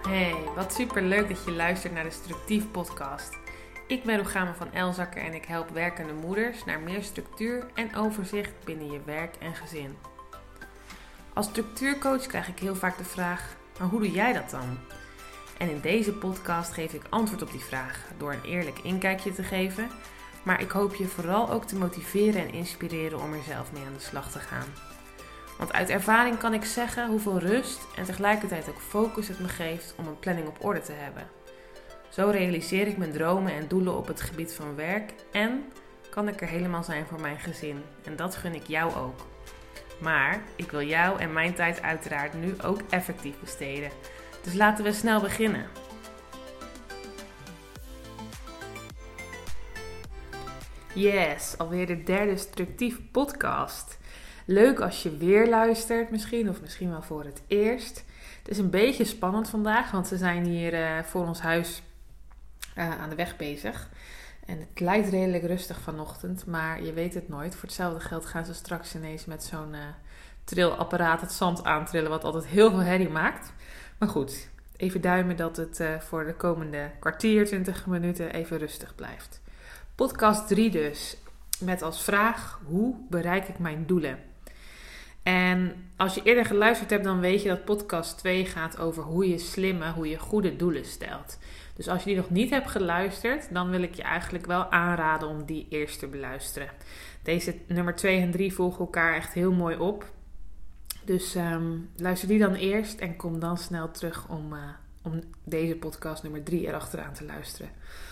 Hey, wat super leuk dat je luistert naar de Structief podcast. Ik ben Rogame van Elzakker en ik help werkende moeders naar meer structuur en overzicht binnen je werk en gezin. Als structuurcoach krijg ik heel vaak de vraag, maar hoe doe jij dat dan? En in deze podcast geef ik antwoord op die vraag door een eerlijk inkijkje te geven, maar ik hoop je vooral ook te motiveren en inspireren om er zelf mee aan de slag te gaan. Want uit ervaring kan ik zeggen hoeveel rust en tegelijkertijd ook focus het me geeft om een planning op orde te hebben. Zo realiseer ik mijn dromen en doelen op het gebied van werk en kan ik er helemaal zijn voor mijn gezin. En dat gun ik jou ook. Maar ik wil jou en mijn tijd uiteraard nu ook effectief besteden. Dus laten we snel beginnen. Yes, alweer de derde Structief podcast. Leuk als je weer luistert misschien, of misschien wel voor het eerst. Het is een beetje spannend vandaag, want ze zijn hier voor ons huis aan de weg bezig. En het lijkt redelijk rustig vanochtend, maar je weet het nooit. Voor hetzelfde geld gaan ze straks ineens met zo'n trillapparaat het zand aantrillen, wat altijd heel veel herrie maakt. Maar goed, even duimen dat het voor de komende kwartier, 20 minuten even rustig blijft. Podcast 3 dus, met als vraag: hoe bereik ik mijn doelen? En als je eerder geluisterd hebt, dan weet je dat podcast 2 gaat over hoe je goede doelen stelt. Dus als je die nog niet hebt geluisterd, dan wil ik je eigenlijk wel aanraden om die eerst te beluisteren. Deze nummer 2 en 3 volgen elkaar echt heel mooi op. Dus luister die dan eerst en kom dan snel terug om deze podcast nummer 3 erachteraan te luisteren.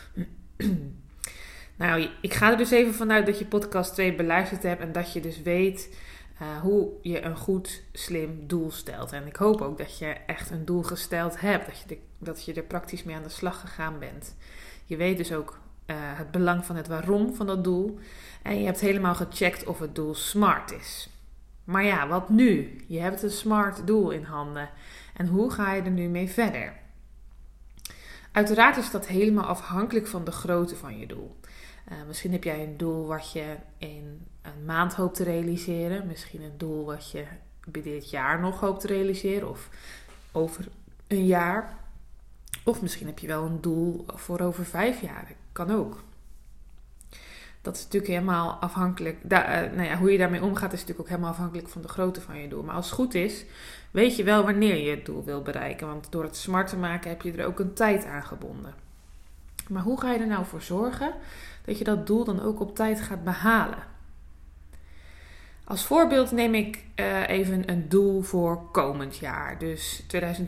Nou, ik ga er dus even vanuit dat je podcast 2 beluisterd hebt en dat je dus weet hoe je een goed, slim doel stelt. En ik hoop ook dat je echt een doel gesteld hebt, dat je er praktisch mee aan de slag gegaan bent. Je weet dus ook het belang van het waarom van dat doel en je hebt helemaal gecheckt of het doel smart is. Maar ja, wat nu? Je hebt een smart doel in handen en hoe ga je er nu mee verder? Uiteraard is dat helemaal afhankelijk van de grootte van je doel. Misschien heb jij een doel wat je in een maand hoopt te realiseren. Misschien een doel wat je dit jaar nog hoopt te realiseren. Of over een jaar. Of misschien heb je wel een doel voor over 5 jaar. Kan ook. Dat is natuurlijk helemaal afhankelijk. Hoe je daarmee omgaat is natuurlijk ook helemaal afhankelijk van de grootte van je doel. Maar als het goed is, weet je wel wanneer je het doel wil bereiken. Want door het smart te maken heb je er ook een tijd aan gebonden. Maar hoe ga je er nou voor zorgen dat je dat doel dan ook op tijd gaat behalen? Als voorbeeld neem ik even een doel voor komend jaar. Dus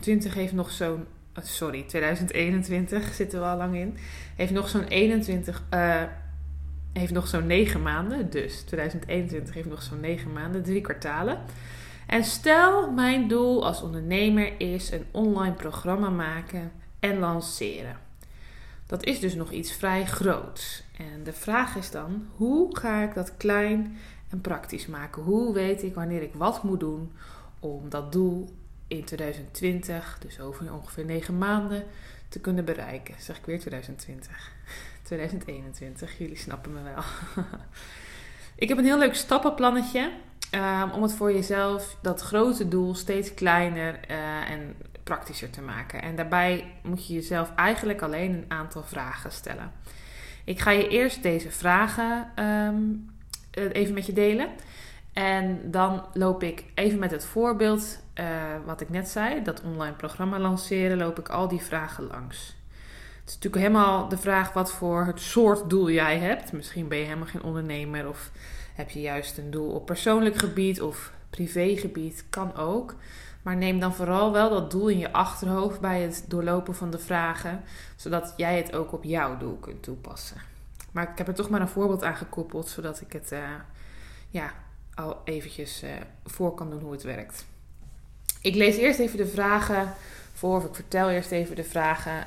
2021 zitten we al lang in. Heeft nog zo'n 9 maanden. Dus 2021 heeft nog zo'n 9 maanden, 3 kwartalen. En stel, mijn doel als ondernemer is een online programma maken en lanceren. Dat is dus nog iets vrij groots. En de vraag is dan, hoe ga ik dat klein en praktisch maken? Hoe weet ik wanneer ik wat moet doen om dat doel in 2020, dus over ongeveer 9 maanden, te kunnen bereiken? Zeg ik weer 2020. 2021, jullie snappen me wel. Ik heb een heel leuk stappenplannetje om het voor jezelf, dat grote doel, steeds kleiner en praktischer te maken. En daarbij moet je jezelf eigenlijk alleen een aantal vragen stellen. Ik ga je eerst deze vragen even met je delen. En dan loop ik even met het voorbeeld wat ik net zei, dat online programma lanceren, loop ik al die vragen langs. Het is natuurlijk helemaal de vraag wat voor het soort doel jij hebt. Misschien ben je helemaal geen ondernemer of heb je juist een doel op persoonlijk gebied of privégebied, kan ook. Maar neem dan vooral wel dat doel in je achterhoofd bij het doorlopen van de vragen, zodat jij het ook op jouw doel kunt toepassen. Maar ik heb er toch maar een voorbeeld aan gekoppeld, zodat ik het al eventjes voor kan doen hoe het werkt. Ik lees eerst even de vragen voor, of ik vertel eerst even de vragen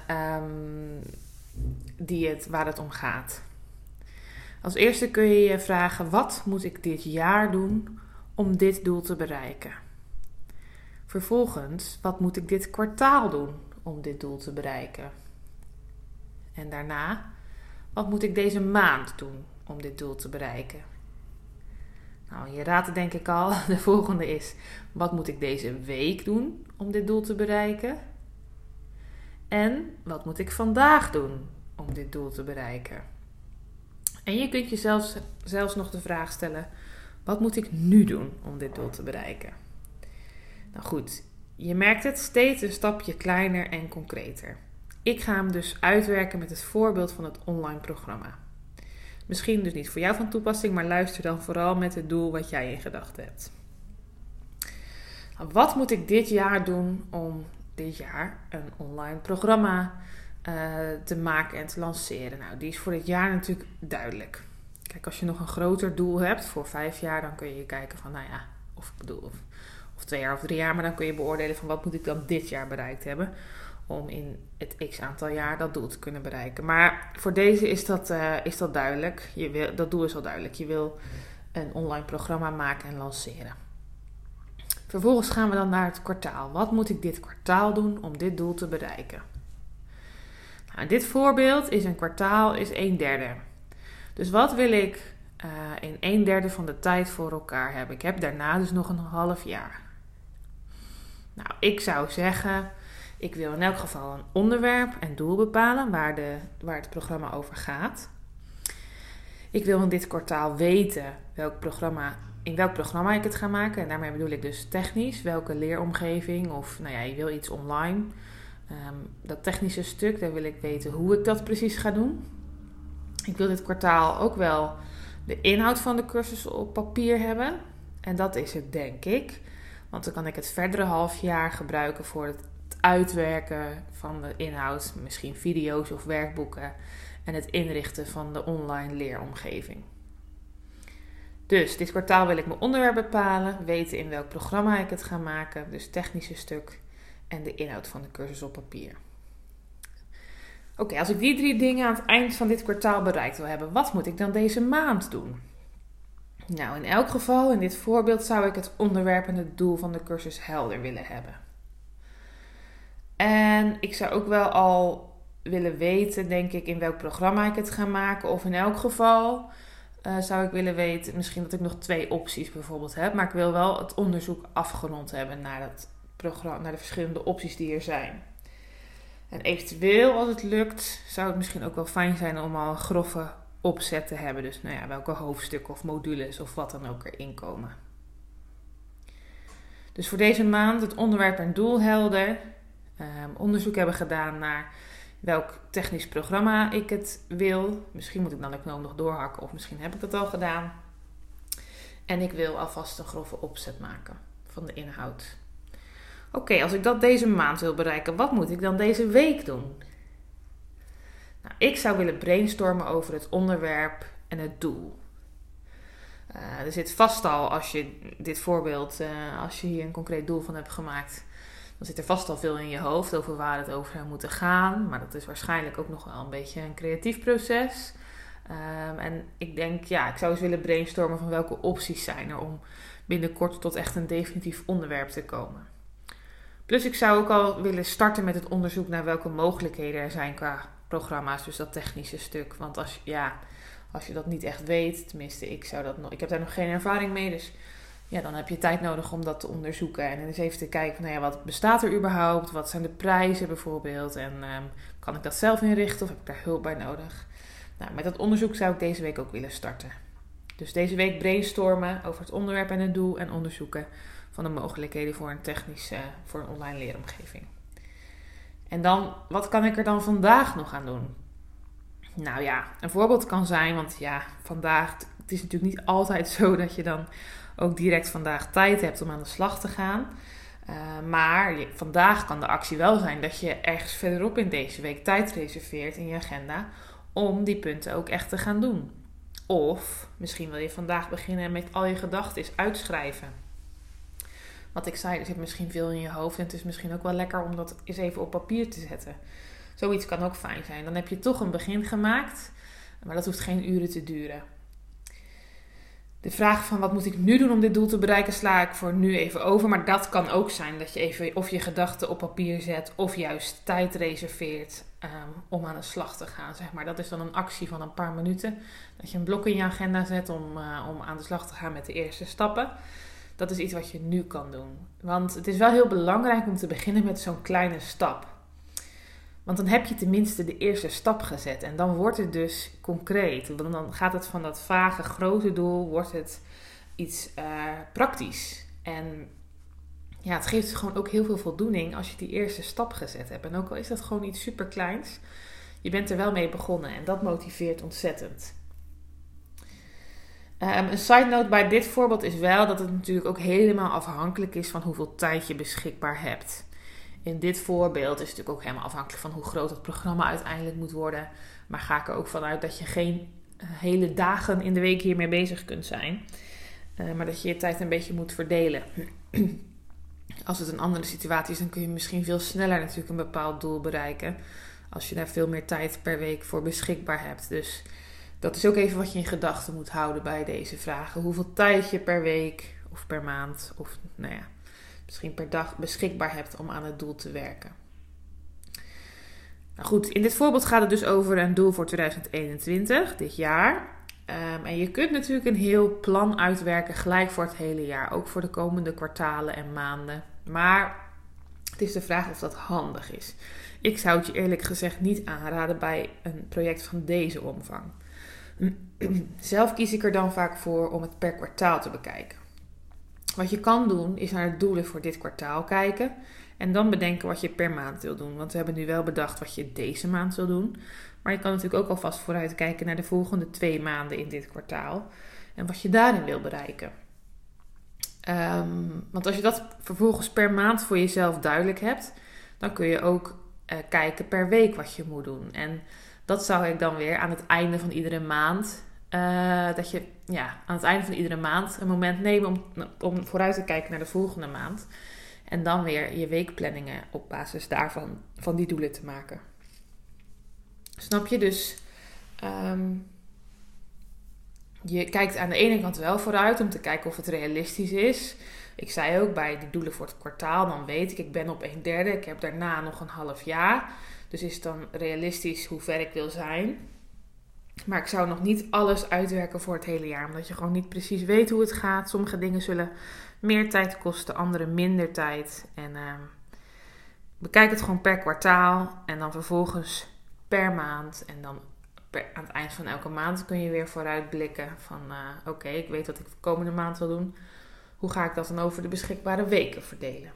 waar het om gaat. Als eerste kun je je vragen, wat moet ik dit jaar doen om dit doel te bereiken? Vervolgens, wat moet ik dit kwartaal doen om dit doel te bereiken? En daarna, wat moet ik deze maand doen om dit doel te bereiken? Nou, je raadt het denk ik al. De volgende is, wat moet ik deze week doen om dit doel te bereiken? En wat moet ik vandaag doen om dit doel te bereiken? En je kunt jezelf zelfs nog de vraag stellen, wat moet ik nu doen om dit doel te bereiken? Nou goed, je merkt het steeds een stapje kleiner en concreter. Ik ga hem dus uitwerken met het voorbeeld van het online programma. Misschien dus niet voor jou van toepassing, maar luister dan vooral met het doel wat jij in gedachten hebt. Wat moet ik dit jaar doen om dit jaar een online programma te maken en te lanceren? Nou, die is voor dit jaar natuurlijk duidelijk. Kijk, als je nog een groter doel hebt voor 5 jaar, dan kun je kijken van, of 2 jaar of 3 jaar, maar dan kun je beoordelen van wat moet ik dan dit jaar bereikt hebben om in het x aantal jaar dat doel te kunnen bereiken. Maar voor deze is dat duidelijk. Dat doel is al duidelijk. Je wil een online programma maken en lanceren. Vervolgens gaan we dan naar het kwartaal. Wat moet ik dit kwartaal doen om dit doel te bereiken? Nou, in dit voorbeeld is een kwartaal is 1/3. Dus wat wil ik in 1/3 van de tijd voor elkaar hebben? Ik heb daarna dus nog een half jaar. Nou, ik zou zeggen, ik wil in elk geval een onderwerp en doel bepalen waar het programma over gaat. Ik wil in dit kwartaal weten in welk programma ik het ga maken. En daarmee bedoel ik dus technisch, welke leeromgeving of je wil iets online. Dat technische stuk, daar wil ik weten hoe ik dat precies ga doen. Ik wil dit kwartaal ook wel de inhoud van de cursus op papier hebben. En dat is het, denk ik. Want dan kan ik het verdere halfjaar gebruiken voor het uitwerken van de inhoud. Misschien video's of werkboeken. En het inrichten van de online leeromgeving. Dus dit kwartaal wil ik mijn onderwerp bepalen. Weten in welk programma ik het ga maken. Dus het technische stuk en de inhoud van de cursus op papier. Oké, als ik die 3 dingen aan het eind van dit kwartaal bereikt wil hebben, wat moet ik dan deze maand doen? Nou, in elk geval, in dit voorbeeld, zou ik het onderwerp en het doel van de cursus helder willen hebben. En ik zou ook wel al willen weten, denk ik, in welk programma ik het ga maken. Of in elk geval zou ik willen weten, misschien dat ik nog 2 opties bijvoorbeeld heb. Maar ik wil wel het onderzoek afgerond hebben naar de verschillende opties die er zijn. En eventueel, als het lukt, zou het misschien ook wel fijn zijn om al een grove opzet te hebben. Dus welke hoofdstukken of modules of wat dan ook erin komen. Dus voor deze maand het onderwerp en doel helder. Onderzoek hebben gedaan naar welk technisch programma ik het wil. Misschien moet ik dan de knoop nog doorhakken of misschien heb ik dat al gedaan. En ik wil alvast een grove opzet maken van de inhoud. Oké, als ik dat deze maand wil bereiken, wat moet ik dan deze week doen? Nou, ik zou willen brainstormen over het onderwerp en het doel. Er zit vast al, als je dit voorbeeld, als je hier een concreet doel van hebt gemaakt, dan zit er vast al veel in je hoofd over waar het over zou moeten gaan. Maar dat is waarschijnlijk ook nog wel een beetje een creatief proces. En ik denk, ik zou eens willen brainstormen van welke opties zijn er om binnenkort tot echt een definitief onderwerp te komen. Plus ik zou ook al willen starten met het onderzoek naar welke mogelijkheden er zijn qua programma's, dus dat technische stuk. Want als je dat niet echt weet, tenminste ik heb daar nog geen ervaring mee, dus dan heb je tijd nodig om dat te onderzoeken. En eens even te kijken van, wat bestaat er überhaupt? Wat zijn de prijzen bijvoorbeeld? En kan ik dat zelf inrichten of heb ik daar hulp bij nodig? Nou, met dat onderzoek zou ik deze week ook willen starten. Dus deze week brainstormen over het onderwerp en het doel en onderzoeken van de mogelijkheden voor een online leeromgeving. En dan, wat kan ik er dan vandaag nog aan doen? Nou een voorbeeld kan zijn, want vandaag, het is natuurlijk niet altijd zo dat je dan ook direct vandaag tijd hebt om aan de slag te gaan. Maar vandaag kan de actie wel zijn dat je ergens verderop in deze week tijd reserveert in je agenda om die punten ook echt te gaan doen. Of misschien wil je vandaag beginnen met al je gedachten uitschrijven. Wat ik zei, er zit misschien veel in je hoofd en het is misschien ook wel lekker om dat eens even op papier te zetten. Zoiets kan ook fijn zijn. Dan heb je toch een begin gemaakt, maar dat hoeft geen uren te duren. De vraag van wat moet ik nu doen om dit doel te bereiken sla ik voor nu even over. Maar dat kan ook zijn dat je even of je gedachten op papier zet of juist tijd reserveert om aan de slag te gaan. Zeg maar. Dat is dan een actie van een paar minuten. Dat je een blok in je agenda zet om aan de slag te gaan met de eerste stappen. Dat is iets wat je nu kan doen. Want het is wel heel belangrijk om te beginnen met zo'n kleine stap. Want dan heb je tenminste de eerste stap gezet. En dan wordt het dus concreet. Want dan gaat het van dat vage grote doel, wordt het iets praktisch. En ja, het geeft gewoon ook heel veel voldoening als je die eerste stap gezet hebt. En ook al is dat gewoon iets superkleins, je bent er wel mee begonnen. En dat motiveert ontzettend. Een side note bij dit voorbeeld is wel dat het natuurlijk ook helemaal afhankelijk is van hoeveel tijd je beschikbaar hebt. In dit voorbeeld is het natuurlijk ook helemaal afhankelijk van hoe groot het programma uiteindelijk moet worden. Maar ga ik er ook vanuit dat je geen hele dagen in de week hiermee bezig kunt zijn. Maar dat je je tijd een beetje moet verdelen. Als het een andere situatie is, dan kun je misschien veel sneller natuurlijk een bepaald doel bereiken. Als je daar veel meer tijd per week voor beschikbaar hebt. Dus dat is ook even wat je in gedachten moet houden bij deze vragen. Hoeveel tijd je per week of per maand of misschien per dag beschikbaar hebt om aan het doel te werken. Nou goed, in dit voorbeeld gaat het dus over een doel voor 2021, dit jaar. En je kunt natuurlijk een heel plan uitwerken gelijk voor het hele jaar. Ook voor de komende kwartalen en maanden. Maar het is de vraag of dat handig is. Ik zou het je eerlijk gezegd niet aanraden bij een project van deze omvang. Zelf kies ik er dan vaak voor om het per kwartaal te bekijken. Wat je kan doen is naar de doelen voor dit kwartaal kijken. En dan bedenken wat je per maand wil doen. Want we hebben nu wel bedacht wat je deze maand wil doen. Maar je kan natuurlijk ook alvast vooruit kijken naar de volgende 2 maanden in dit kwartaal. En wat je daarin wil bereiken. Want als je dat vervolgens per maand voor jezelf duidelijk hebt, dan kun je ook kijken per week wat je moet doen. En dat zou ik dan weer aan het einde van iedere maand, dat je aan het einde van iedere maand een moment nemen om vooruit te kijken naar de volgende maand. En dan weer je weekplanningen op basis daarvan, van die doelen te maken. Snap je? Dus je kijkt aan de ene kant wel vooruit om te kijken of het realistisch is. Ik zei ook bij die doelen voor het kwartaal, dan weet ik ben op 1/3. Ik heb daarna nog een half jaar. Dus is het dan realistisch hoe ver ik wil zijn. Maar ik zou nog niet alles uitwerken voor het hele jaar. Omdat je gewoon niet precies weet hoe het gaat. Sommige dingen zullen meer tijd kosten, andere minder tijd. En bekijk het gewoon per kwartaal. En dan vervolgens per maand. En dan aan het eind van elke maand kun je weer vooruitblikken. Van oké, ik weet wat ik de komende maand wil doen. Hoe ga ik dat dan over de beschikbare weken verdelen?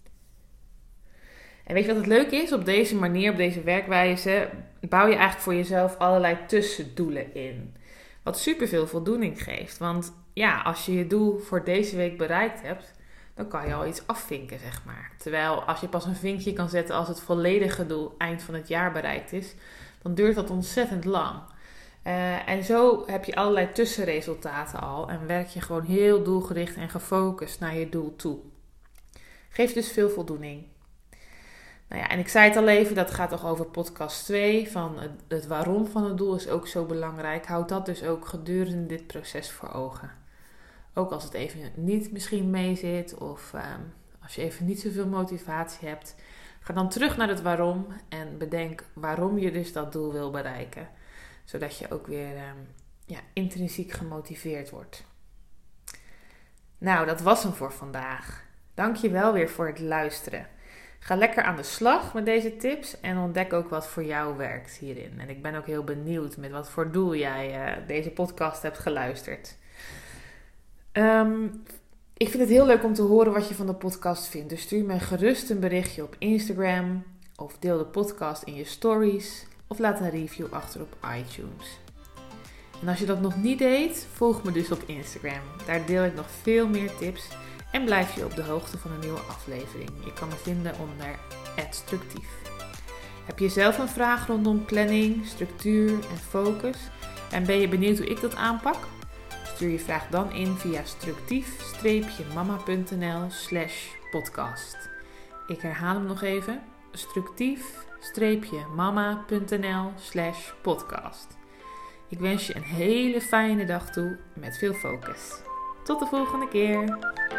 En weet je wat het leuke is? Op deze manier, op deze werkwijze, bouw je eigenlijk voor jezelf allerlei tussendoelen in. Wat superveel voldoening geeft. Want ja, als je je doel voor deze week bereikt hebt, dan kan je al iets afvinken, zeg maar. Terwijl als je pas een vinkje kan zetten als het volledige doel eind van het jaar bereikt is, dan duurt dat ontzettend lang. En zo heb je allerlei tussenresultaten al en werk je gewoon heel doelgericht en gefocust naar je doel toe. Geeft dus veel voldoening. Nou ja, en ik zei het al even, dat gaat toch over podcast 2, van het waarom van het doel is ook zo belangrijk. Houd dat dus ook gedurende dit proces voor ogen. Ook als het even niet misschien meezit of als je even niet zoveel motivatie hebt. Ga dan terug naar het waarom en bedenk waarom je dus dat doel wil bereiken. Zodat je ook weer intrinsiek gemotiveerd wordt. Nou, dat was hem voor vandaag. Dank je wel weer voor het luisteren. Ga lekker aan de slag met deze tips en ontdek ook wat voor jou werkt hierin. En ik ben ook heel benieuwd met wat voor doel jij deze podcast hebt geluisterd. Ik vind het heel leuk om te horen wat je van de podcast vindt. Dus stuur me gerust een berichtje op Instagram of deel de podcast in je stories of laat een review achter op iTunes. En als je dat nog niet deed, volg me dus op Instagram. Daar deel ik nog veel meer tips en blijf je op de hoogte van een nieuwe aflevering. Je kan me vinden onder @structief. Heb je zelf een vraag rondom planning, structuur en focus? En ben je benieuwd hoe ik dat aanpak? Stuur je vraag dan in via structief-mama.nl/podcast. Ik herhaal hem nog even. structief-mama.nl/podcast. Ik wens je een hele fijne dag toe met veel focus. Tot de volgende keer!